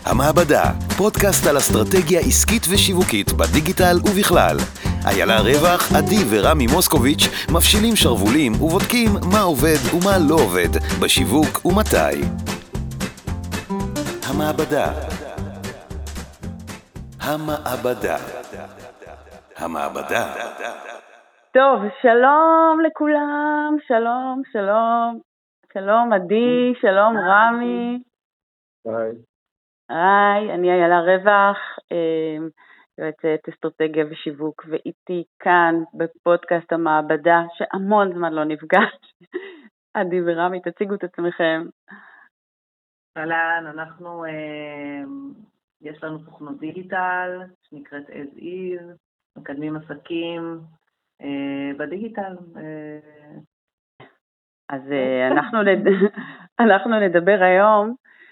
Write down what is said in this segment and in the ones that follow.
המעבדה, פודקאסט על אסטרטגיה עסקית ושיווקית בדיגיטל ובכלל. איילה רווח, עדי ורמי מוסקוביץ' מפשילים שרבולים ובודקים מה עובד ומה לא עובד בשיווק ומתי. המעבדה. המעבדה. המעבדה. טוב, שלום לכולם, שלום, שלום. שלום עדי, שלום רמי. היי. היי, אני איילה רווח, יועצת אסטרטגיה ושיווק, ואיתי כאן בפודקאסט המעבדה, שהמון זמן לא נפגש. עדי ורמי, תציגו את עצמכם. אהלן, יש לנו סוכנות דיגיטל, שנקראת as is, מקדמים עסקים בדיגיטל. אז אנחנו נדבר היום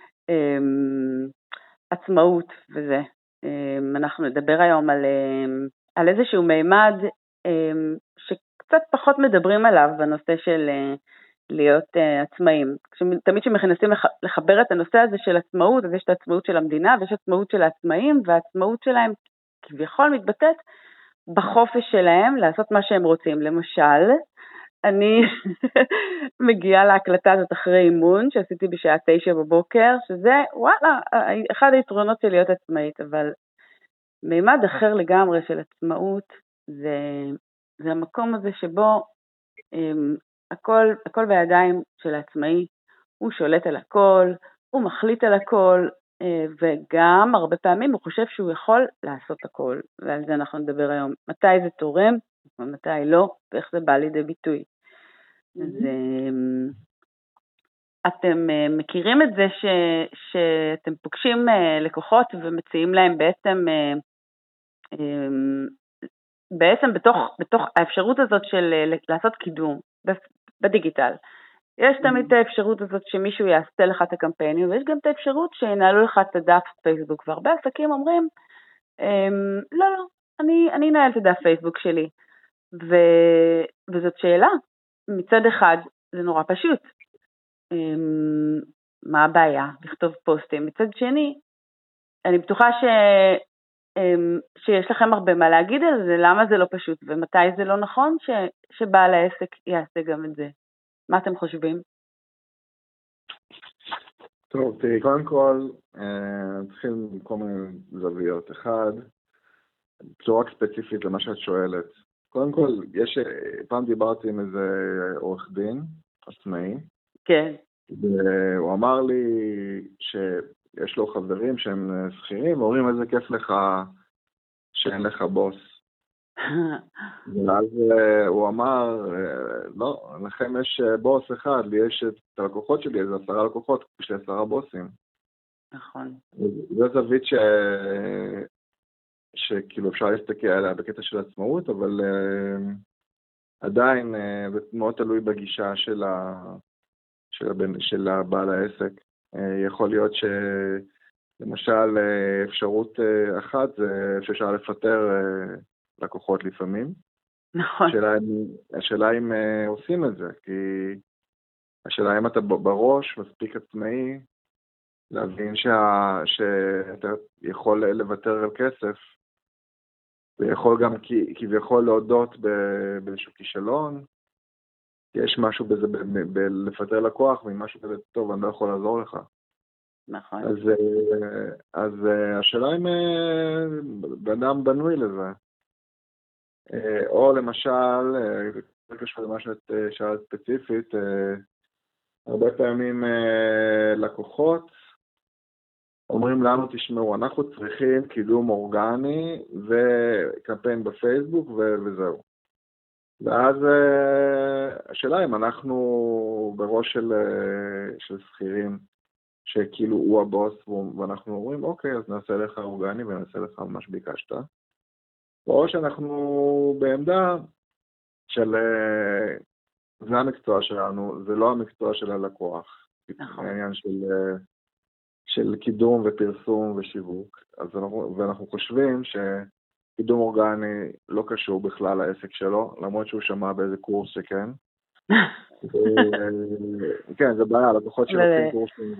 עצמאות וזה. אנחנו נדבר היום על איזשהו מימד שקצת פחות מדברים עליו בנושא של להיות עצמאים. תמיד שמכנסים לחבר את הנושא הזה של עצמאות, אז יש את העצמאות של המדינה ויש עצמאות של העצמאים, והעצמאות שלהם כביכול מתבטאת בחופש שלהם לעשות מה שהם רוצים. למשל, אני מגיעה להקלטה הזאת אחרי אימון שעשיתי בשעה 9 בבוקר, שזה וואלה, אחד היתרונות של להיות עצמאית, אבל מימד אחר לגמרי של עצמאות זה המקום הזה שבו הכל בידיים של העצמאי, הוא שולט על הכל, הוא מחליט על הכל, וגם הרבה פעמים הוא חושב שהוא יכול לעשות הכל, ועל זה אנחנו נדבר היום. מתי זה תורם, ומתי לא, ואיך זה בא לידי ביטוי. אז אתם מכירים את זה שאתם פוגשים לקוחות ומציעים להם בעצם בתוך האפשרות הזאת של לעשות קידום בדיגיטל. יש תמיד את האפשרות הזאת שמישהו יעשה לך את הקמפיינים, ויש גם את האפשרות שינהלו לך את הדף פייסבוק, והרבה עסקים אומרים, לא, אני אנהל את הדף פייסבוק שלי, וזאת שאלה. מצד אחד זה נורא פשוט, מה הבעיה לכתוב פוסטים? מצד שני, אני בטוחה שיש לכם הרבה מה להגיד על זה, למה זה לא פשוט, ומתי זה לא נכון שבעל העסק יעשה גם את זה. מה אתם חושבים? טוב, תראי, קודם כל, נתחיל מכל מיני זוויות. אחד, בצורה ספציפית למה שאת שואלת. קודם כל, פעם דיברתי עם איזה עורך דין, עצמאי. כן. והוא אמר לי שיש לו חברים שהם שכירים, ואומרים איזה כיף לך שאין לך בוס. ואז הוא אמר, לא, לכם יש בוס אחד, לי יש את הלקוחות שלי, איזה 10 לקוחות, יש לי 10 בוסים. נכון. זו זווית שכאילו אפשר להסתכל עליה בקטע של עצמאות, אבל עדיין זה מאוד תלוי בגישה של בעל העסק. יכול להיות שלמשל אפשרות אחת זה שאפשר לפטר לקוחות לפעמים. נכון. השאלה אם עושים את זה, כי השאלה אם אתה בראש מספיק עצמאי להבין שאתה יכול לוותר על כסף, ויכול גם כביכול להודות באיזשהו כישלון, יש משהו בזה לפטר לקוח, ומשהו כזה, טוב, אני לא יכול לעזור לך. נכון. אז השאלה אם בן-אדם בנוי לזה. או למשל, זה קשור למה שאת שאלת ספציפית, הרבה פעמים לקוחות אומרים לנו, תשמעו, אנחנו צריכים קידום אורגני וקמפיין בפייסבוק וזהו. ואז השאלה אם אנחנו בראש של שכירים, שכאילו הוא הבוס, ואנחנו אומרים, אוקיי, אז נעשה לך אורגני ונעשה לך מה שביקשת. או שאנחנו בעמדה של, זה המקצוע שלנו, זה לא המקצוע של הלקוח. נכון. העניין של קידום ופרסום ושיווק. ואנחנו חושבים שקידום אורגני לא קשור בכלל לעסק שלו, למרות שהוא שמע באיזה קורס שכן. כן, זה בעיה, לקוחות שלוקחים קורסים.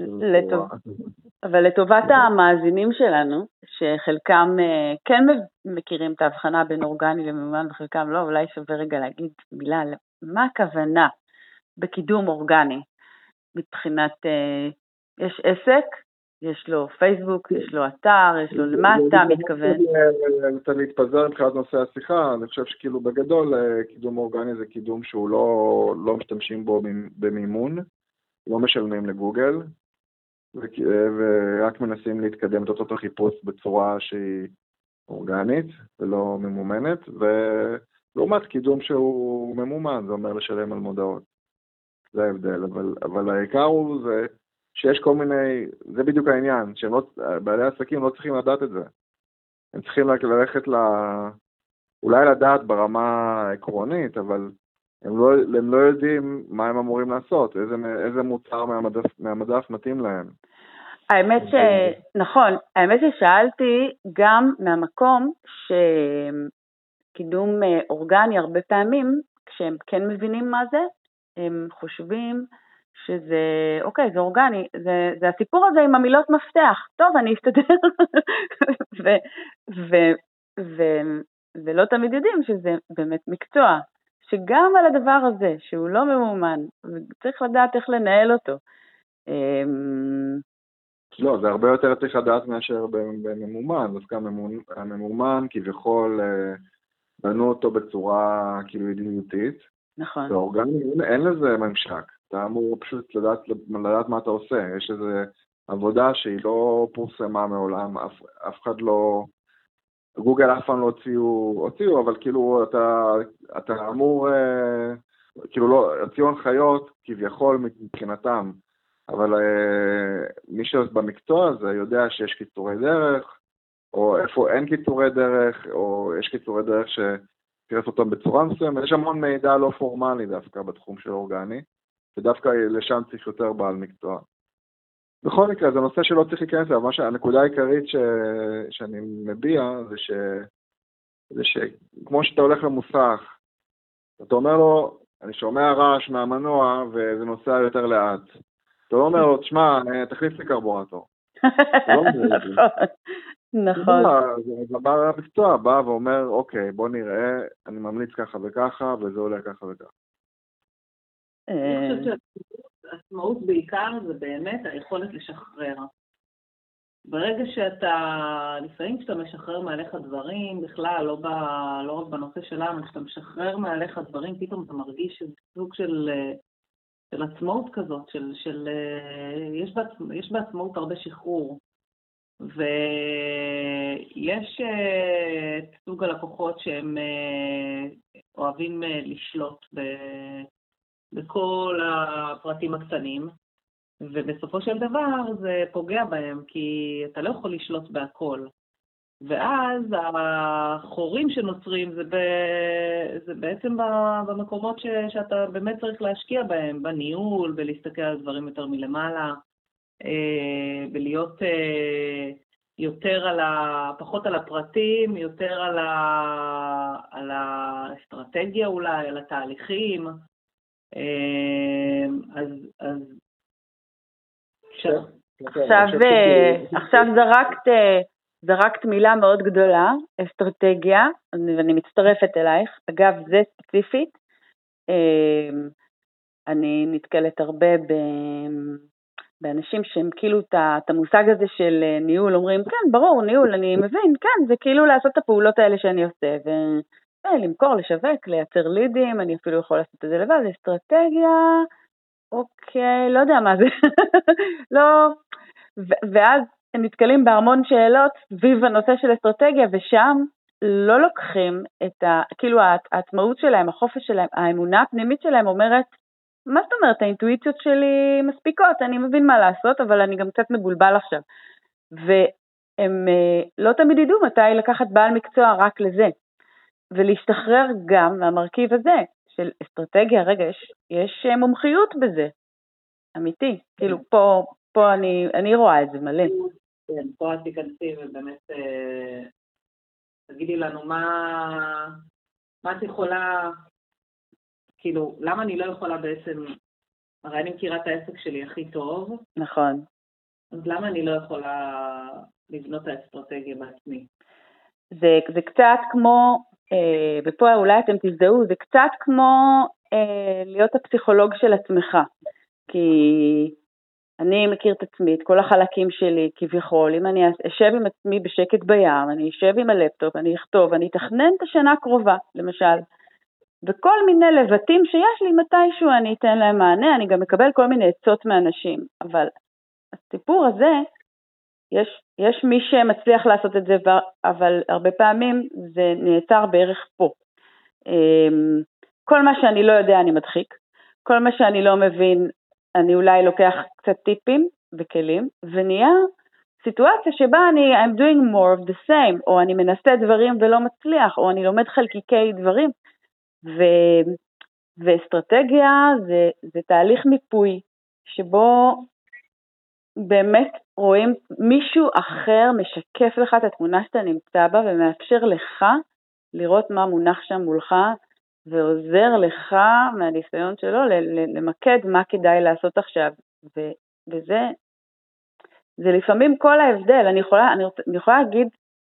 אבל לטובת המאזינים שלנו, שחלקם כן מכירים את ההבחנה בין אורגני לממומן וחלקם לא, אולי שווה רגע להגיד מילה, מה הכוונה בקידום אורגני? מבחינת, יש עסק, יש לו פייסבוק, יש לו אתר, יש לו למה אתה מתכוון? אתה להתפזר מבחינת נושא השיחה, אני חושב שכאילו בגדול קידום אורגני זה קידום שהוא לא משתמשים בו במימון, לא משלמים לגוגל, ורק מנסים להתקדם את תוצאות החיפוש בצורה שהיא אורגנית ולא ממומנת, ולעומת קידום שהוא ממומן, זה אומר לשלם על מודעות. זה ההבדל, אבל העיקר הוא זה שיש כל מיני, זה בדיוק העניין, שבעלי העסקים לא צריכים לדעת את זה. הם צריכים ללכת אולי לדעת ברמה העקרונית, אבל הם לא יודעים מה הם אמורים לעשות, איזה מוצר מהמדף מתאים להם. האמת נכון, האמת ששאלתי גם מהמקום שקידום אורגני הרבה פעמים, כשהם כן מבינים מה זה, הם חושבים שזה, אוקיי, זה אורגני, זה הסיפור הזה עם המילות מפתח, טוב, אני אסתדר, ולא תמיד יודעים שזה באמת מקצוע, שגם על הדבר הזה, שהוא לא ממומן, צריך לדעת איך לנהל אותו. לא, זה הרבה יותר צריך לדעת מאשר בממומן, אז גם הממומן כביכול בנו אותו בצורה כאילו ידידותית. נכון. ואורגני, אין לזה ממשק, אתה אמור פשוט לדעת מה אתה עושה, יש איזו עבודה שהיא לא פורסמה מעולם, אף אחד לא, גוגל אף פעם לא הוציאו, אבל כאילו אתה אמור, כאילו לא, הוציאו הנחיות כביכול מבחינתם, אבל מי שבמקצוע הזה יודע שיש קיצורי דרך, או איפה אין קיצורי דרך, או יש קיצורי דרך שתראה אותם בצורה מסוימת, יש המון מידע לא פורמלי דווקא בתחום של אורגני, ודווקא לשם צריך יותר בעל מקצוע. בכל מקרה, זה נושא שלא צריך להיכנס אליו, הנקודה העיקרית שאני מביע, זה שכמו שאתה הולך למוסך, אתה אומר לו, אני שומע רעש מהמנוע, וזה נוסע יותר לאט. אתה לא אומר לו, תשמע, תכניס לי קרבורטור. נכון. אז הבא המקצוע בא ואומר, אוקיי, בוא נראה, אני ממליץ ככה וככה, וזה עולה ככה וככה. אני חושבת שהעצמאות בעיקר זה באמת היכולת לשחרר. ברגע לפעמים כשאתה משחרר מעליך דברים, בכלל, לא רק בנושא שלנו, כשאתה משחרר מעליך דברים, פתאום אתה מרגיש סוג של עצמאות כזאת, יש בעצמאות הרבה שחרור. ויש סוג הלקוחות שהם אוהבים לשלוט בכל הפרטים הקטנים, ובסופו של דבר זה פוגע בהם, כי אתה לא יכול לשלוט בהכל. ואז החורים שנוצרים זה בעצם במקומות שאתה באמת צריך להשקיע בהם, בניהול, בלהסתכל על דברים יותר מלמעלה, ולהיות יותר פחות על הפרטים, יותר על האסטרטגיה אולי, על התהליכים. עכשיו זרקת מילה מאוד גדולה, אסטרטגיה, ואני מצטרפת אלייך. אגב, זה ספציפית, אני נתקלת הרבה באנשים שהם כאילו את המושג הזה של ניהול, אומרים, כן, ברור, ניהול, אני מבין, כן, זה כאילו לעשות את הפעולות האלה שאני עושה, ולמכור, לשווק, לייצר לידים, אני אפילו יכול לעשות את זה לבד, אסטרטגיה, אוקיי, לא יודע מה זה, לא, ואז הם נתקלים בהמון שאלות סביב הנושא של אסטרטגיה, ושם לא לוקחים כאילו העצמאות שלהם, החופש שלהם, האמונה הפנימית שלהם אומרת, מה זאת אומרת, האינטואיציות שלי מספיקות, אני מבין מה לעשות, אבל אני גם קצת מבולבל עכשיו. והם לא תמיד ידעו מתי לקחת בעל מקצוע רק לזה. ולהשתחרר גם מהמרכיב הזה, של אסטרטגיה, רגע, יש מומחיות בזה, אמיתי. כאילו, פה אני רואה את זה מלא. כן, פה את תיכנסי ובאמת תגידי לנו מה את יכולה, כאילו, למה אני לא יכולה בעצם, הרי אני מכירה את העסק שלי הכי טוב, נכון. אז למה אני לא יכולה לבנות את האסטרטגיה בעצמי? זה קצת כמו, ופה אולי אתם תזדהו, זה קצת כמו להיות הפסיכולוג של עצמך, כי אני מכיר את עצמי, את כל החלקים שלי כביכול, אם אני אשב עם עצמי בשקט בים, אני אשב עם הלפטופ, אני אכתוב, אני אתכנן את השנה הקרובה, למשל, וכל מיני לבטים שיש לי מתישהו אני אתן להם מענה, אני גם מקבל כל מיני עצות מאנשים, אבל הסיפור הזה, יש מי שמצליח לעשות את זה, אבל הרבה פעמים זה נעצר בערך פה. כל מה שאני לא יודע אני מדחיק, כל מה שאני לא מבין אני אולי לוקח קצת טיפים וכלים, ונהיה סיטואציה שבה I'm doing more of the same, או אני מנסה דברים ולא מצליח, או אני לומד חלקיקי דברים, ואסטרטגיה זה תהליך מיפוי, שבו באמת רואים מישהו אחר משקף לך את התמונה שאתה נמצא בה, ומאפשר לך לראות מה מונח שם מולך, ועוזר לך מהניסיון שלו למקד מה כדאי לעשות עכשיו, וזה לפעמים כל ההבדל. אני יכולה להגיד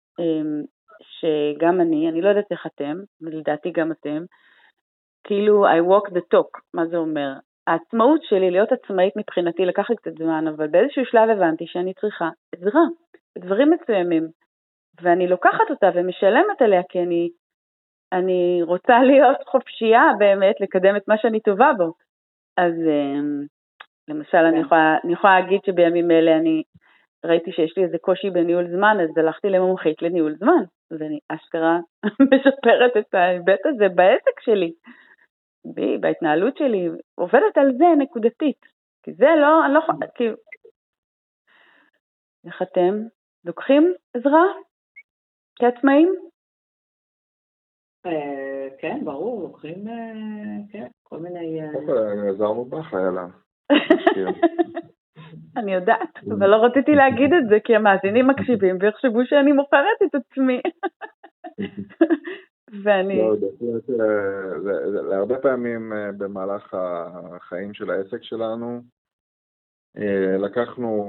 שגם אני לא יודעת איך אתם, ולדעתי גם אתם, כאילו I walk the talk, מה זה אומר? העצמאות שלי להיות עצמאית מבחינתי לקח לי קצת זמן, אבל באיזשהו שלב הבנתי שאני צריכה עזרה, בדברים מסוימים, ואני לוקחת אותה ומשלמת עליה, כי אני רוצה להיות חופשייה באמת, לקדם את מה שאני טובה בו. אז למשל אני יכולה להגיד שבימים אלה אני ראיתי שיש לי איזה קושי בניהול זמן, אז הלכתי למומחית לניהול זמן, ואני אשכרה משפרת את ההיבט הזה בעסק שלי, בהתנהלות שלי, עובדת על זה נקודתית, כי זה לא, אני לא יכולה, כי איך אתם לוקחים עזרה כעצמאים? כן, ברור, לוקחים, כן, כל מיני... עזרנו בך, איילה. אני יודעת, אבל לא רציתי להגיד את זה, כי המאזינים מקשיבים ויחשבו שאני מוכרת את עצמי. ואני... להרבה פעמים במהלך החיים של העסק שלנו, לקחנו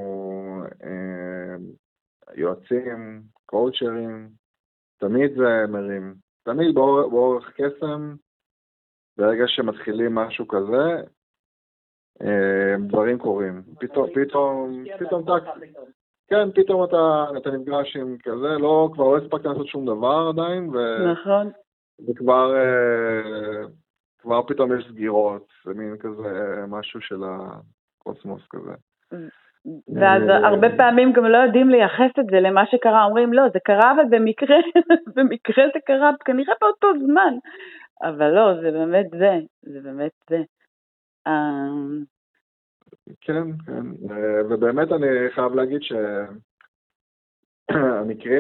יועצים, קואוצ'רים, תמיד זה מרים. תמיד באורך קסם, ברגע שמתחילים משהו כזה, דברים קורים. פתאום אתה נפגש עם כזה, כבר לא הספקת לעשות שום דבר עדיין, נכון. וכבר פתאום יש סגירות, זה מין כזה משהו של הקוסמוס כזה. ואז הרבה פעמים גם לא יודעים לייחס את זה למה שקרה, אומרים לא, זה קרה אבל במקרה זה קרה כנראה באותו זמן, אבל לא, זה באמת זה. כן, ובאמת אני חייב להגיד שהמקרים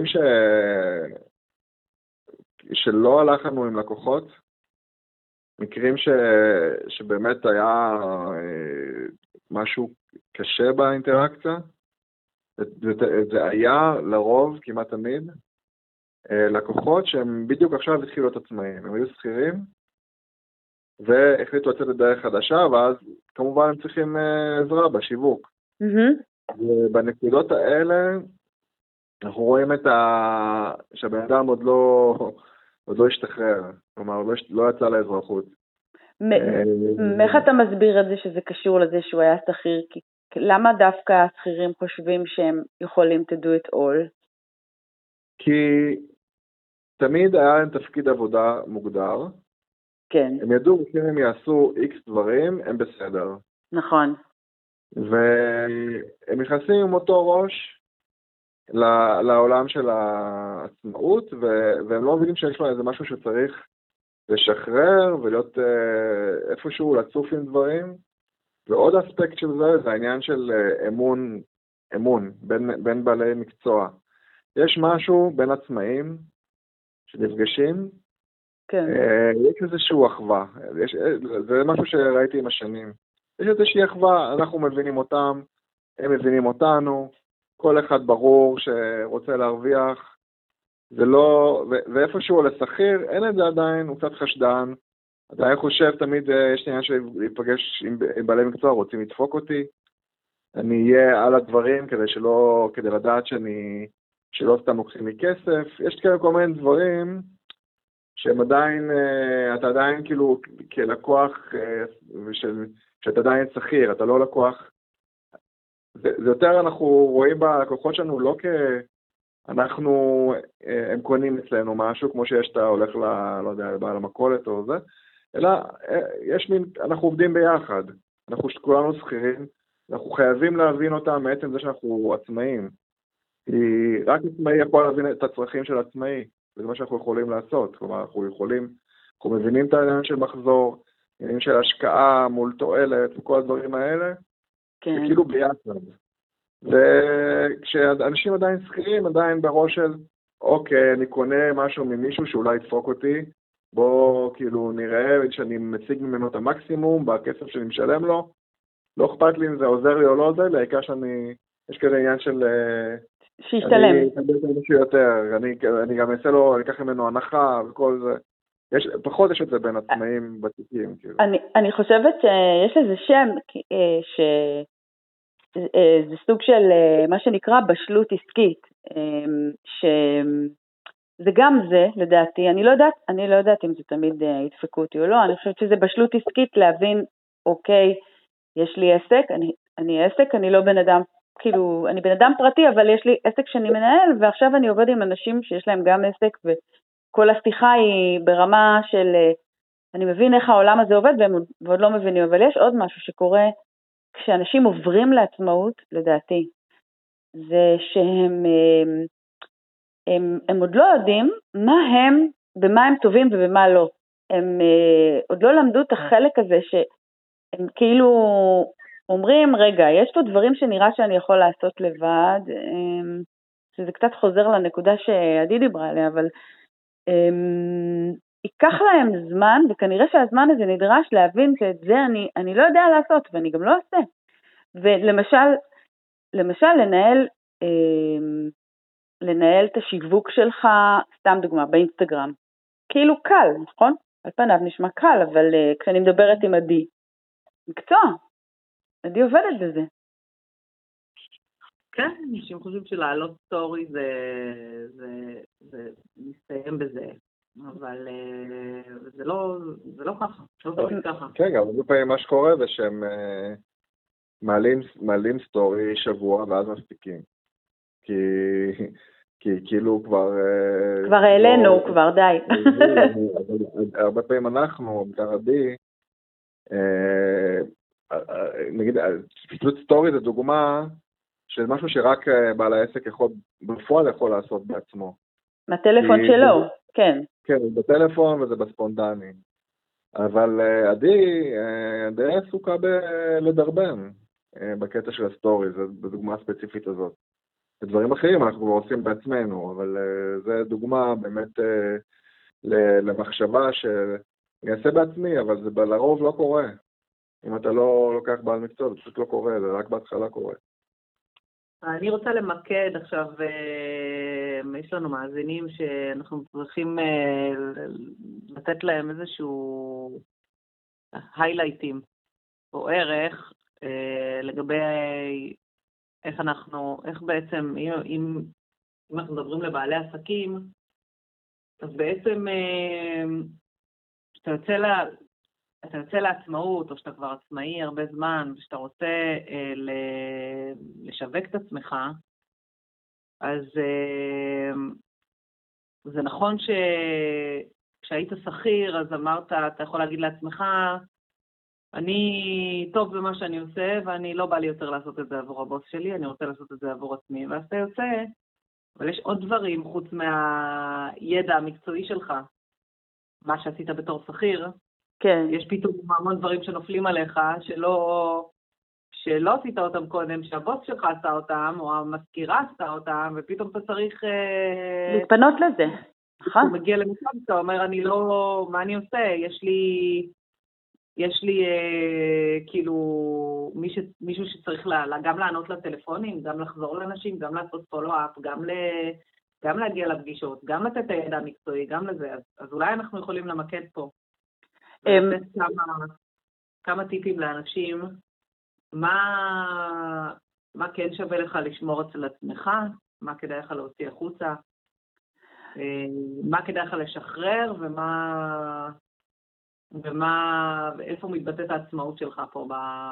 שלא הלכנו עם לקוחות, מקרים שבאמת היה משהו קשה באינטראקציה, זה היה לרוב, כמעט תמיד, לקוחות שהם בדיוק עכשיו התחילו את עצמאים, הם היו שכירים, והחליטו לצאת לדרך חדשה, ואז כמובן הם צריכים עזרה בשיווק. ובנקודות האלה, אנחנו רואים שהבן אדם עוד לא השתחרר, כלומר, לא יצא לאזרחות. איך אתה מסביר את זה שזה קשור לזה שהוא היה שכיר? למה דווקא השכירים חושבים שהם יכולים to do it all? כי תמיד היה להם תפקיד עבודה מוגדר. כן. הם ידעו שאם הם יעשו X דברים, הם בסדר. נכון. והם נכנסים עם אותו ראש לעולם של העצמאות, והם לא מבינים שיש לו איזה משהו שצריך לשחרר ולהיות איפשהו לצוף עם דברים. ועוד אספקט של זה העניין של אמון בין בעלי מקצוע. יש משהו בין עצמאים שנפגשים, כן. יש איזשהו אחווה, זה משהו שראיתי עם השנים. יש איזושהי אחווה, אנחנו מבינים אותם, הם מבינים אותנו, כל אחד ברור שרוצה להרוויח, ואיפשהו לשכיר, אין את זה עדיין, הוא קצת חשדן, עדיין חושב, תמיד יש עניין של להיפגש עם בעלי מקצוע, רוצים לדפוק אותי, אני אהיה על הדברים כדי לדעת שלא סתם לוקחים לי כסף. יש כאלה כל מיני דברים שהם עדיין, אתה עדיין כאילו כלקוח, שאתה עדיין שכיר, אתה לא לקוח. זה יותר אנחנו רואים בלקוחות שלנו לא הם קונים אצלנו משהו, כמו שיש אתה הולך לא יודע, לבעל המכולת או זה, אלא אנחנו עובדים ביחד, אנחנו כולנו שכירים, אנחנו חייבים להבין אותם מעצם זה שאנחנו עצמאים. כי רק עצמאי יכול להבין את הצרכים של עצמאי, וזה מה שאנחנו יכולים לעשות. כלומר, אנחנו מבינים את העניין של מחזור, העניין של השקעה מול תועלת וכל הדברים האלה, כן. וכאילו ביחד. וכשאנשים עדיין שכירים, עדיין בראש של, אוקיי, אני קונה משהו ממישהו שאולי ידפוק אותי, בוא כאילו נראה שאני מציג ממנו את המקסימום בכסף שאני משלם לו, לא אכפת לי אם זה עוזר לי או לא עוזר לי, העיקר יש כזה עניין של... שישתלם. אני אקבל את מישהו יותר, אני גם אעשה לו, אני אקח ממנו הנחה וכל זה. פחות יש את זה בין עצמאים ותיקים. אני חושבת שיש לזה שם, זה סוג של מה שנקרא בשלות עסקית, שזה גם זה, לדעתי, אני לא יודעת אם זה תמיד ידפקו אותי או לא, אני חושבת שזה בשלות עסקית להבין, אוקיי, יש לי עסק, אני עסק, אני לא בן אדם, כאילו, אני בן אדם פרטי, אבל יש לי עסק שאני מנהל, ועכשיו אני עובד עם אנשים שיש להם גם עסק, וכל השיחה היא ברמה של, אני מבין איך העולם הזה עובד, והם עוד לא מבינים, אבל יש עוד משהו שקורה, כשאנשים עוברים לעצמאות, לדעתי, זה שהם הם עוד לא יודעים במה הם טובים ובמה לא. הם עוד לא למדו את החלק הזה שהם כאילו אומרים, רגע, יש פה דברים שנראה שאני יכול לעשות לבד, שזה קצת חוזר לנקודה שעדי דיברה עליה, אבל ייקח להם זמן, וכנראה שהזמן הזה נדרש להבין שאת זה אני לא יודע לעשות, ואני גם לא עושה. ולמשל לנהל את השיווק שלך, סתם דוגמה, באינסטגרם. כאילו קל, נכון? על פניו נשמע קל, אבל כשאני מדברת עם עדי, מקצוע, עדי עובדת בזה. כן, אנשים חושבים שלעלות סטורי זה מסתיים בזה. אבל זה לא ככה, לא תמיד ככה. כן, גם הרבה פעמים מה שקורה זה שהם מעלים סטורי שבוע ואז מספיקים. כי כאילו כבר העלינו, כבר די. הרבה פעמים אנחנו, בעיקר עדי, נגיד, פשוט סטורי זה דוגמה של משהו שרק בעל העסק בפועל יכול לעשות בעצמו. מהטלפון שלו, כן. כן, זה בטלפון וזה בספונטני. אבל עדי עסוקה לדרבן בקטע של הסטורי, זה בדוגמה הספציפית הזאת. דברים אחרים אנחנו כבר עושים בעצמנו, אבל זה דוגמה באמת למחשבה שאני אעשה בעצמי, אבל זה לרוב לא קורה. אם אתה לא לוקח בעל מקצוע, זה פשוט לא קורה, זה רק בהתחלה קורה. אני רוצה למקד עכשיו, יש לנו מאזינים שאנחנו צריכים לתת להם איזשהו היילייטים או ערך לגבי איך בעצם, אם אנחנו מדברים לבעלי עסקים, אז בעצם אתה יוצא לעצמאות, או שאתה כבר עצמאי הרבה זמן, ושאתה רוצה לשווק את עצמך, אז זה נכון שכשהיית שכיר, אז אמרת, אתה יכול להגיד לעצמך, אני טוב במה שאני עושה, ואני לא בא לי יותר לעשות את זה עבור הבוס שלי, אני רוצה לעשות את זה עבור עצמי, ואז אתה יוצא, אבל יש עוד דברים חוץ מהידע המקצועי שלך, מה שעשית בתור שכיר, כן. יש פתאום המון דברים שנופלים עליך, שלא עשית אותם קודם, שהבוס שלך עשה אותם, או המזכירה עשתה אותם, ופתאום אתה צריך להתפנות לזה. אתה מגיע למצב, אתה אומר, אני לא, מה אני עושה? יש לי כאילו מישהו שצריך גם לענות לטלפונים, גם לחזור לאנשים, גם לעשות פולו-אפ, גם להגיע לפגישות, גם לתת הידע המקצועי, גם לזה. אז אולי אנחנו יכולים למקד פה. ולתת כמה טיפים לאנשים, מה כן שווה לך לשמור אצל עצמך, מה כדאי לך להוציא החוצה, מה כדאי לך לשחרר, ואיפה מתבטאת העצמאות שלך פה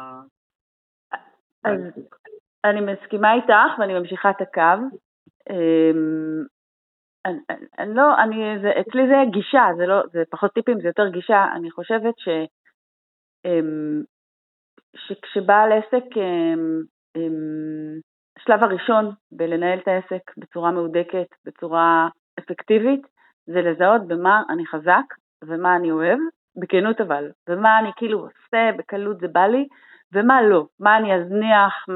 אז אני מסכימה איתך ואני ממשיכה את הקו. אצלי זה גישה, זה פחות טיפים, זה יותר גישה. אני חושבת שכשבעל עסק, השלב הראשון בלנהל את העסק בצורה מהודקת, בצורה אפקטיבית, זה לזהות במה אני חזק ומה אני אוהב, בכנות אבל, ומה אני כאילו עושה, בקלות זה בא לי, ומה לא, מה אני אזניח,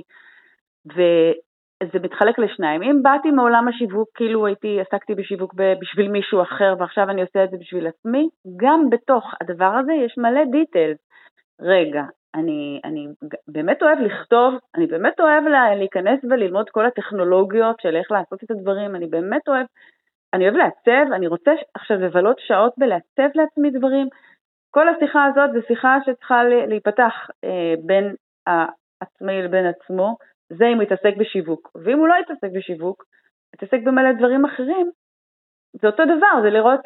וזה מתחלק לשניים. אם באתי מעולם השיווק, כאילו עסקתי בשיווק בשביל מישהו אחר, ועכשיו אני עושה את זה בשביל עצמי, גם בתוך הדבר הזה יש מלא דיטלס. רגע, אני באמת אוהב לכתוב, אני באמת אוהב להיכנס וללמוד כל הטכנולוגיות של איך לעשות את הדברים, אני באמת אוהב, אני אוהב לעצב, אני רוצה עכשיו לבלות שעות בלעצב לעצמי דברים. כל השיחה הזאת זה שיחה שצריכה להיפתח בין העצמאי לבין עצמו, זה אם הוא יתעסק בשיווק. ואם הוא לא יתעסק בשיווק, יתעסק במלא דברים אחרים, זה אותו דבר, זה לראות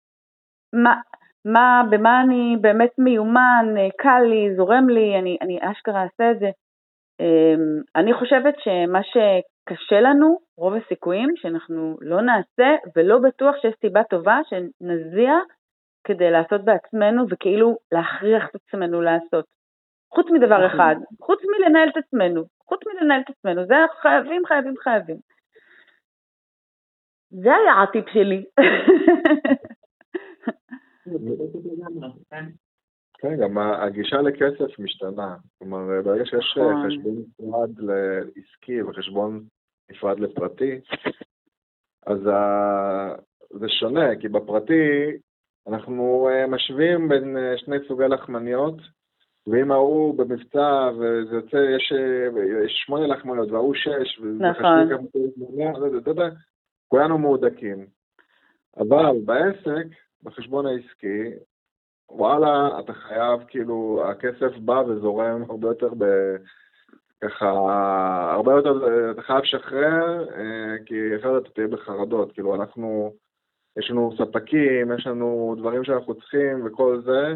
במה אני באמת מיומן, קל לי, זורם לי, אני אשכרה אעשה את זה. אני חושבת שמה שקשה לנו, רוב הסיכויים, שאנחנו לא נעשה, ולא בטוח שיש סיבה טובה שנזיע כדי לעשות בעצמנו, וכאילו להכריח את עצמנו לעשות. חוץ מדבר אחד, חוץ מלנהל את עצמנו, זה חייבים. זה היה הטיפ שלי. כן, גם הגישה לכסף משתנה. כלומר, ברגע שיש חשבון נפרד לעסקי וחשבון נפרד לפרטי, אז זה שונה, כי בפרטי אנחנו משווים בין שני סוגי לחמניות, ואם ההוא במבצע וזה יוצא, יש 8 לחמניות והוא 6, נכון. כולנו מהודקים. אבל בעסק, בחשבון העסקי, וואלה, אתה חייב, כאילו, הכסף בא וזורם הרבה יותר ככה, הרבה יותר, אתה חייב לשחרר, כי אחרת אתה תהיה בחרדות. כאילו, יש לנו ספקים, יש לנו דברים שאנחנו צריכים וכל זה.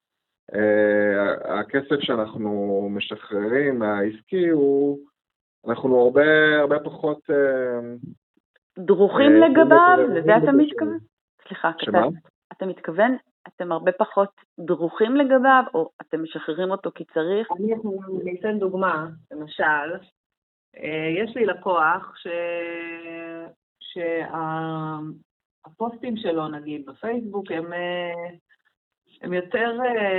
הכסף שאנחנו משחררים מהעסקי אנחנו הרבה פחות דרוכים לגביו, לזה אתה מתכוון? סליחה, שמה? אתה מתכוון, אתם הרבה פחות דרוכים לגביו, או אתם משחררים אותו כי צריך? אני אתן דוגמה, למשל, יש לי לקוח שהפוסטים שלו, נגיד, בפייסבוק, הם יותר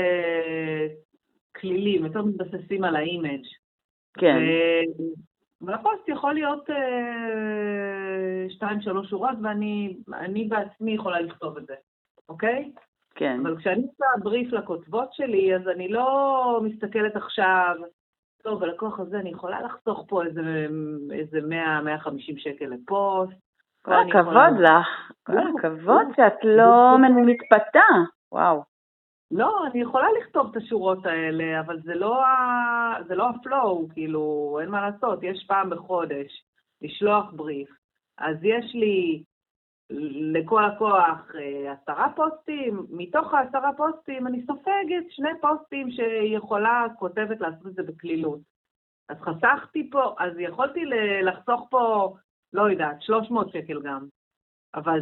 כלילים, יותר מתבססים על האימג'. כן. והפוסט יכול להיות 2-3 שורות, ואני בעצמי יכולה לכתוב את זה, אוקיי? כן. אבל כשאני עושה בריף לכותבות שלי, אז אני לא מסתכלת עכשיו, טוב, הלקוח הזה אני יכולה לחסוך פה איזה 100-150 שקל לפוסט. כל הכבוד לך, כל הכבוד שאת לא מתפתה, וואו. לא, אני יכולה לכתוב את השורות האלה, אבל זה לא הפלואו, כאילו, אין מה לעשות, יש פעם בחודש לשלוח בריף, אז יש לי לכל לקוח 10 פוסטים, מתוך 10 פוסטים אני סופגת 2 פוסטים שיכולה כותבת לעשות את זה בכלילות. אז חסכתי פה, אז יכולתי לחסוך פה, לא יודעת, 300 שקל גם, אבל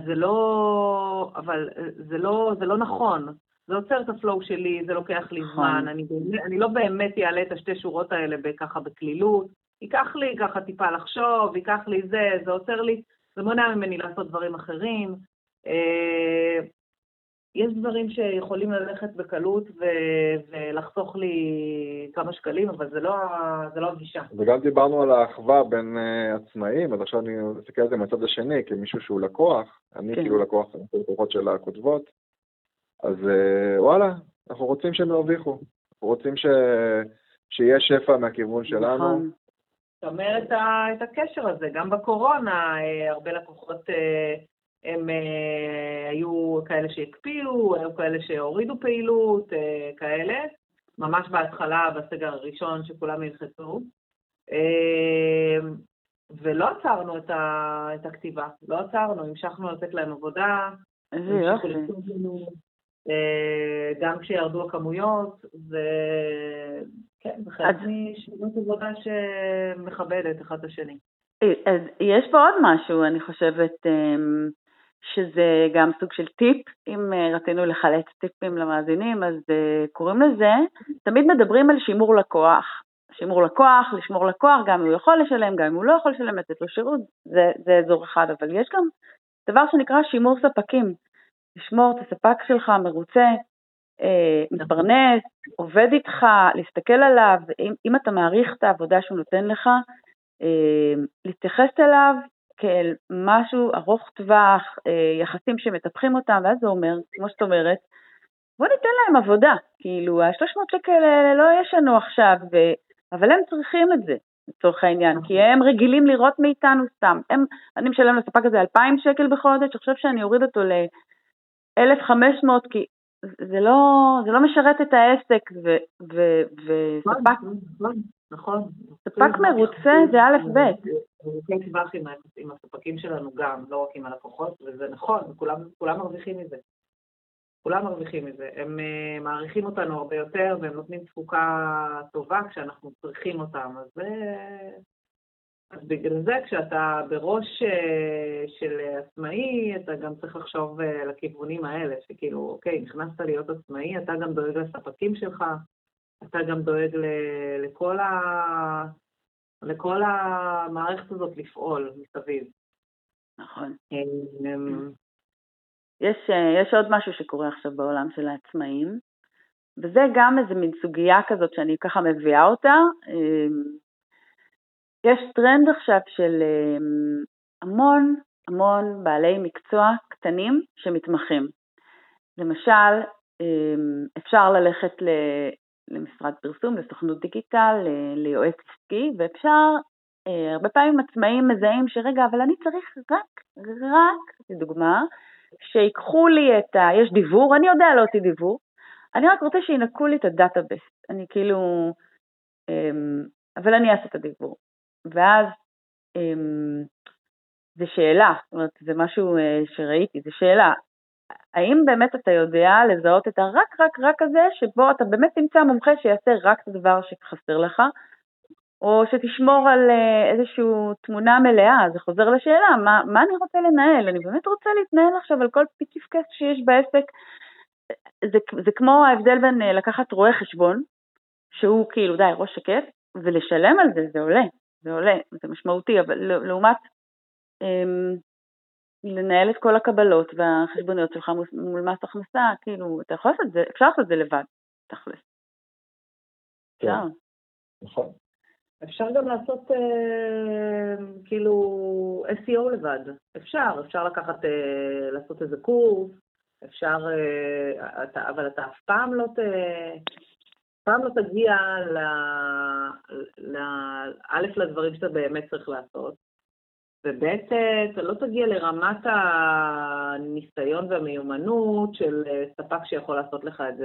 זה לא נכון. זה עוצר את הפלואו שלי, זה לוקח לי זמן, אני לא באמת אעלה את 2 שורות האלה ככה בכלילות, ייקח לי ככה טיפה לחשוב, ייקח לי זה עוצר לי, זה מונע ממני לעשות דברים אחרים. יש דברים שיכולים ללכת בקלות ולחסוך לי כמה שקלים, אבל זה לא הגישה. וגם דיברנו על האחווה בין עצמאים, אז עכשיו אני מסתכל על זה מהצד השני, כמישהו שהוא לקוח, אני כאילו לקוח לקוחות של הכותבות, אז וואלה, אנחנו רוצים שהם ירוויחו, אנחנו רוצים שיהיה שפע מהכיוון שלנו. נכון. זאת אומרת, את הקשר הזה, גם בקורונה, הרבה לקוחות הם היו כאלה שהקפיאו, היו כאלה שהורידו פעילות, כאלה, ממש בהתחלה, בסגר הראשון שכולם ילחצו. ולא עצרנו את הכתיבה, לא עצרנו, המשכנו לתת להם עבודה, איזה יופי. גם כשירדו הכמויות, כן, זה חלק משנות עבודה שמכבדת אחד את השני. אז יש פה עוד משהו, אני חושבת שזה גם סוג של טיפ, אם רצינו לחלץ טיפים למאזינים, אז קוראים לזה, תמיד מדברים על שימור לקוח. שימור לקוח, לשמור לקוח, גם אם הוא יכול לשלם, גם אם הוא לא יכול לשלם, לתת לו שירות, זה אזור אחד, אבל יש גם דבר שנקרא שימור ספקים. לשמור את הספק שלך מרוצה, מתפרנס, עובד איתך, להסתכל עליו, אם אתה מעריך את העבודה שהוא נותן לך, להתייחס אליו כאל משהו ארוך טווח, יחסים שמטפחים אותם, ואז זה אומר, כמו שאת אומרת, בוא ניתן להם עבודה, כאילו, ה-300 שקל לא ישנו עכשיו, אבל הם צריכים את זה, לצורך העניין, כי הם רגילים לראות מאיתנו סתם, אני משלם לספק הזה 2,000 שקל בחודש, עכשיו שאני אוריד אותו ל-1,500, כי זה לא משרת את העסק, וספק, נכון. ספק מרוצה זה א' ב'. זה כן טווח עם הספקים שלנו גם, לא רק עם הלקוחות, וזה נכון, כולם מרוויחים מזה. כולם מרוויחים מזה. הם מעריכים אותנו הרבה יותר, והם נותנים תפוקה טובה כשאנחנו צריכים אותם. אז בגלל זה, כשאתה בראש של עצמאי, אתה גם צריך לחשוב לכיוונים האלה, שכאילו, אוקיי, נכנסת להיות עצמאי, אתה גם דואג לספקים שלך, אתה גם דואג לכל המערכת הזאת לפעול מסביב. נכון. יש עוד משהו שקורה עכשיו בעולם של העצמאים, וזה גם איזה מין סוגיה כזאת שאני ככה מביאה אותה. יש טרנד עכשיו של המון בעלי מקצוע קטנים שמתמחים. למשל, אפשר ללכת למשרד פרסום, לסוכנות דיגיטל, ליועץ עסקי, ואפשר, הרבה פעמים עצמאים מזהים שרגע, אבל אני צריך רק, לדוגמה, שיקחו לי יש דיבור, אני יודע להוציא דיבור, אני רק רוצה שינקו לי את הדאטאבייס, אני כאילו, אבל אני אעשה את הדיבור. ואז, זה שאלה, זאת אומרת, זה משהו שראיתי, זה שאלה, האם באמת אתה יודע לזהות את רק הזה, שבו אתה באמת תמצא מומחה שיעשה רק את הדבר שחסר לך, או שתשמור על איזושהי תמונה מלאה, זה חוזר לשאלה, מה אני רוצה לנהל? אני באמת רוצה להתנהל עכשיו על כל פיציף כסף שיש בעסק, זה כמו ההבדל בין לקחת רואה חשבון, שהוא כאילו די ראש שקט, ולשלם על זה, זה עולה, זה משמעותי, אבל לעומת לנהל את כל הקבלות והחשבוניות שלך מול מס הכנסה, כאילו, אתה יכול לעשות את זה, אפשר לעשות את זה לבד, תכלס. כן, נכון. אפשר גם לעשות כאילו SEO לבד, אפשר לקחת, לעשות איזה קורס, אפשר, אבל אתה אף פעם לא תגיע א' לדברים שאתה באמת צריך לעשות, וב' אתה לא תגיע לרמת הניסיון והמיומנות של ספק שיכול לעשות לך את זה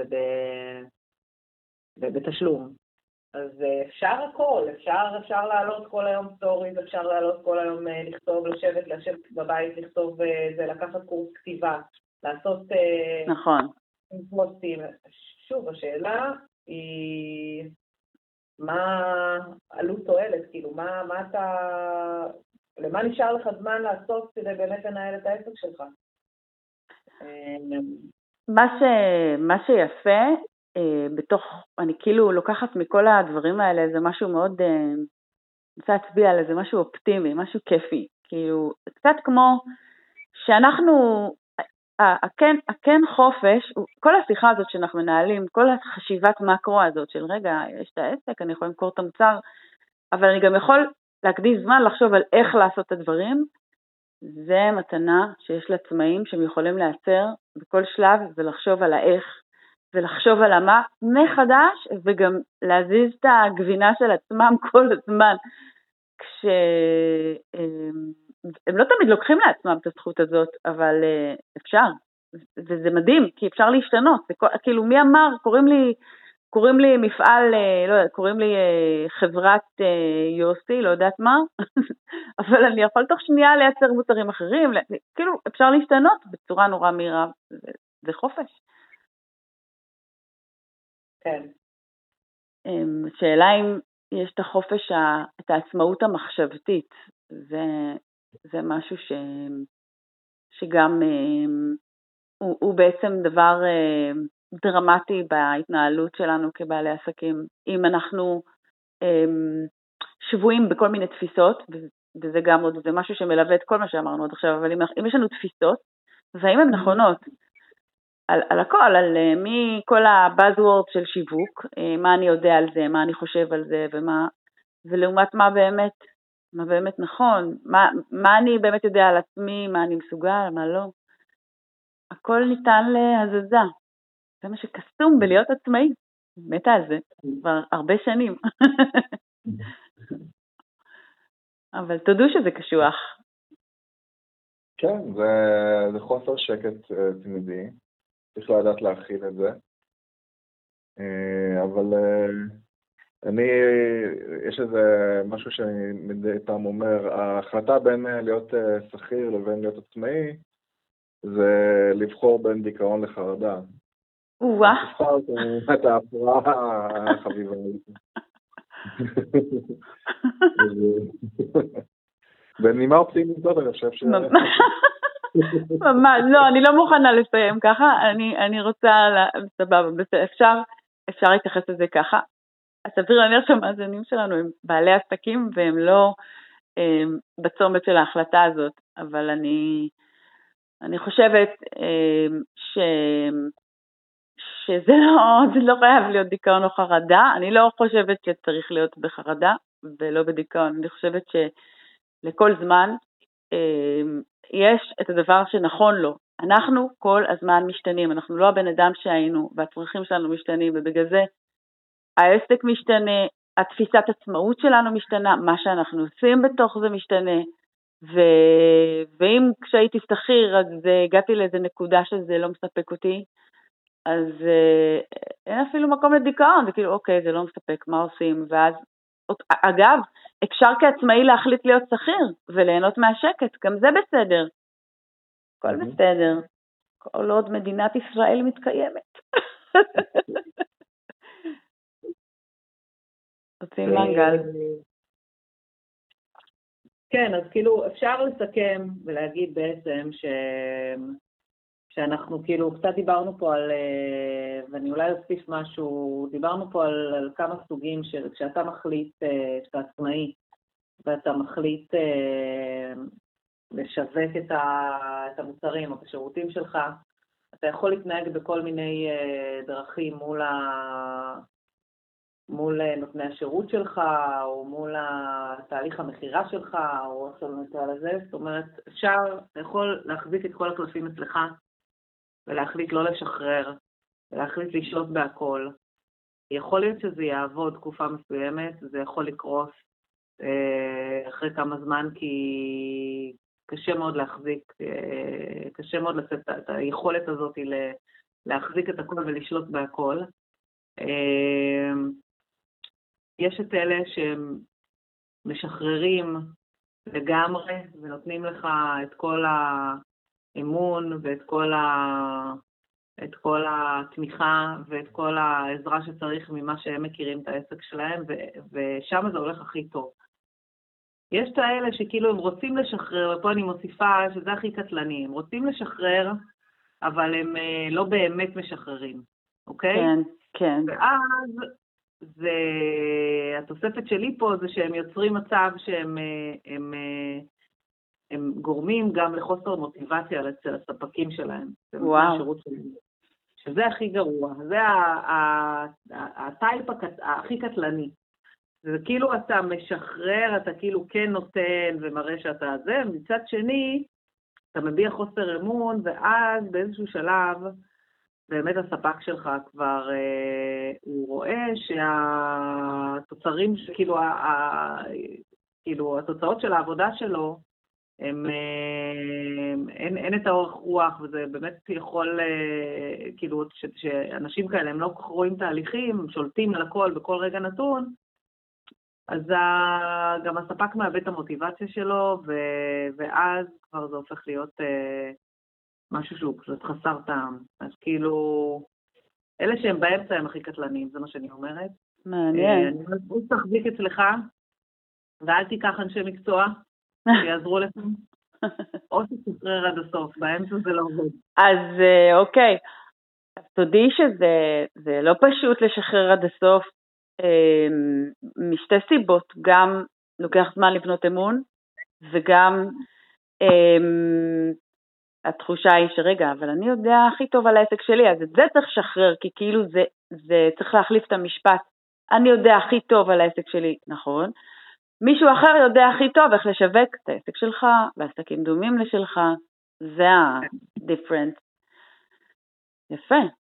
בתשלום. אז אפשר הכל, אפשר לעלות כל היום סטוריז, אפשר לעלות כל היום לכתוב, לשבת בבית, לכתוב זה, לקחת קורס כתיבה, לעשות נכון. פוסטים. שוב, השאלה היא מה עלות תועלת, כאילו למה נשאר לך זמן לעשות כדי באמת לנהל את העסק שלך? מה שיפה, אני כאילו לוקחת מכל הדברים האלה, זה משהו מאוד, אני רוצה להצביע על זה, משהו אופטימי, משהו כיפי, כאילו, קצת כמו שאנחנו, הכן חופש, כל השיחה הזאת שאנחנו מנהלים, כל החשיבת מקרו הזאת של רגע, יש את העסק, אני יכול למכור את המוצר, אבל אני גם יכול להקדיש זמן לחשוב על איך לעשות את הדברים, זה מתנה שיש לעצמאים שהם יכולים לעצר בכל שלב ולחשוב על האיך, ולחשוב על המה מחדש, וגם להזיז את הגבינה של עצמם כל הזמן. הם לא תמיד לוקחים לעצמם את הזכות הזאת, אבל אפשר, וזה מדהים, כי אפשר להשתנות, כאילו מי אמר, קוראים לי מפעל, לא יודע, קוראים לי חברת יוסי, לא יודעת מה, אבל אני יכול תוך שנייה לייצר מוצרים אחרים, כאילו אפשר להשתנות בצורה נורא מהירה, זה חופש. כן. שאלה אם יש את החופש, את העצמאות המחשבתית, זה משהו שגם הוא בעצם דבר דרמטי בהתנהלות שלנו כבעלי עסקים. אם אנחנו שבויים בכל מיני תפיסות, וזה גם עוד, זה משהו שמלווה את כל מה שאמרנו עד עכשיו, אבל אם יש לנו תפיסות, והאם הן נכונות, על הכל, על מכל הבאזוורד של שיווק, מה אני יודע על זה, מה אני חושב על זה, ולעומת מה באמת נכון, מה אני באמת יודע על עצמי, מה אני מסוגל, מה לא. הכל ניתן להזזה. זה מה שקסום בלהיות עצמאי. מתה על זה, כבר הרבה שנים. אבל תודו שזה קשוח. כן, זה חוסר שקט תמידי. צריך לדעת להכיל את זה. אבל יש איזה משהו שאני מדי פעם אומר, ההחלטה בין להיות שכיר לבין להיות עצמאי, זה לבחור בין דיכאון לחרדה. תבחר את ההפרעה החביבה. בנימה אופטימית זאת, אני חושב ממש, לא, אני לא מוכנה לסיים ככה, אני רוצה, סבבה, אפשר להתייחס לזה ככה. הסביר להניח שהמאזינים שלנו הם בעלי עסקים, והם לא בצומת של ההחלטה הזאת, אבל אני חושבת שזה לא חייב להיות דיכאון או חרדה, אני לא חושבת שצריך להיות בחרדה, ולא בדיכאון, אני חושבת שלכל זמן, יש את הדבר שנכון לו. אנחנו כל הזמן משתנים, אנחנו לא הבן אדם שהיינו, והצרכים שלנו משתנים, ובגלל זה העסק משתנה, התפיסת עצמאות שלנו משתנה, מה שאנחנו עושים בתוך זה משתנה, ואם כשהייתי שכיר, אז הגעתי לאיזה נקודה שזה לא מספק אותי, אז אין אפילו מקום לדיכאון, זה כאילו אוקיי, זה לא מספק, מה עושים? ואז, אגב, אפשר כעצמאי להחליט להיות שכיר, וליהנות מהשקט, גם זה בסדר. הכל בסדר. כל עוד מדינת ישראל מתקיימת. רוצים מנגל. כן, אז כאילו אפשר לסכם ולהגיד בעצם שאנחנו כאילו קצת דיברנו פה על, ואני אולי אוסיף משהו, דיברנו פה על כמה סוגים של, כשאתה מחליט שאתה עצמאי, ואתה מחליט לשווק את המוצרים או את השירותים שלך, אתה יכול להתנהג בכל מיני דרכים מול נותני השירות שלך, או מול תהליך המחירה שלך, או איך שלא נקרא לזה. זאת אומרת, אתה יכול להחזיק את כל הקלפים אצלך, ולהחליט לא לשחרר, ולהחליט לשלוט בהכל. יכול להיות שזה יעבוד תקופה מסוימת, זה יכול לקרוס אחרי כמה זמן, כי קשה מאוד להחזיק, קשה מאוד לצאת את היכולת הזאת להחזיק את הכל ולשלוט בהכל. יש את אלה שהם משחררים לגמרי, ונותנים לך את כל האמון, ואת כל התמיכה, ואת כל העזרה שצריך ממה שהם מכירים את העסק שלהם, ושם זה הולך הכי טוב. יש את האלה שכאילו הם רוצים לשחרר, ופה אני מוסיפה שזה הכי קטלני, הם רוצים לשחרר, אבל הם לא באמת משחררים, אוקיי? כן, כן. ואז התוספת שלי פה זה שהם יוצרים מצב שהם הם גורמים גם לחוסר מוטיבציה אצל הספקים שלהם. וואו. שזה הכי גרוע, זה הטייפ הכי קטלני. זה כאילו אתה משחרר, אתה כאילו כן נותן ומראה שאתה זה, מצד שני, אתה מביע חוסר אמון, ואז באיזשהו שלב, באמת הספק שלך כבר, הוא רואה שהתוצרים, כאילו התוצאות של העבודה שלו, אין את האורך רוח, וזה באמת יכול, כאילו, שאנשים כאלה, הם לא רואים תהליכים, הם שולטים על הכל בכל רגע נתון, אז גם הספק מאבד את המוטיבציה שלו, ואז כבר זה הופך להיות משהו שהוא קצת חסר טעם. אז כאילו, אלה שהם באמצע הם הכי קטלנים, זה מה שאני אומרת. מעניין. אני רוצה שתחזיק אצלך, ואל תיקח אנשי מקצוע, שיעזרו לך, או שתשחרר עד הסוף, באמצע זה לא עובד. אז אוקיי, תודי שזה לא פשוט לשחרר עד הסוף, משתי סיבות, גם לוקח זמן לבנות אמון, וגם התחושה היא שרגע, אבל אני יודע הכי טוב על העסק שלי, אז את זה צריך לשחרר, כי כאילו זה צריך להחליף את המשפט, אני יודע הכי טוב על העסק שלי, נכון? מישהו אחר יודע הכי טוב איך לשווק את העסק שלך, ועסקים דומים לשלך, זה ה-difference. יפה.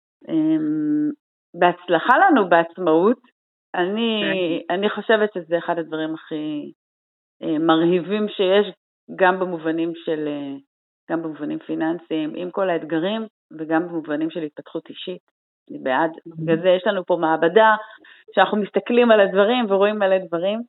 בהצלחה לנו בעצמאות, אני חושבת שזה אחד הדברים הכי מרהיבים שיש, גם במובנים פיננסיים, עם כל האתגרים, וגם במובנים של התפתחות אישית. אני בעד. בגלל זה יש לנו פה מעבדה, שאנחנו מסתכלים על הדברים ורואים מלא דברים.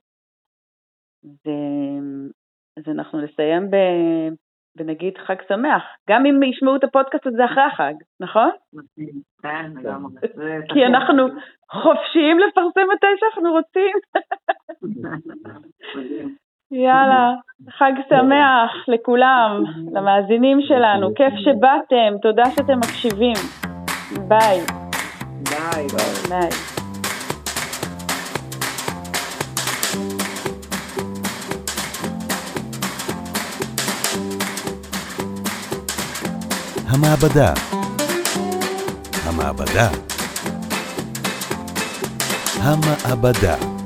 אז אנחנו נסיים ונגיד חג שמח, גם אם ישמעו את הפודקאסט הזה אחרי החג, נכון? כן, לגמרי. כי אנחנו חופשיים לפרסם מתי שאנחנו רוצים. יאללה, חג שמח לכולם, למאזינים שלנו, כיף שבאתם, תודה שאתם מקשיבים. ביי. ביי. ביי. המעבדה. המעבדה. המעבדה.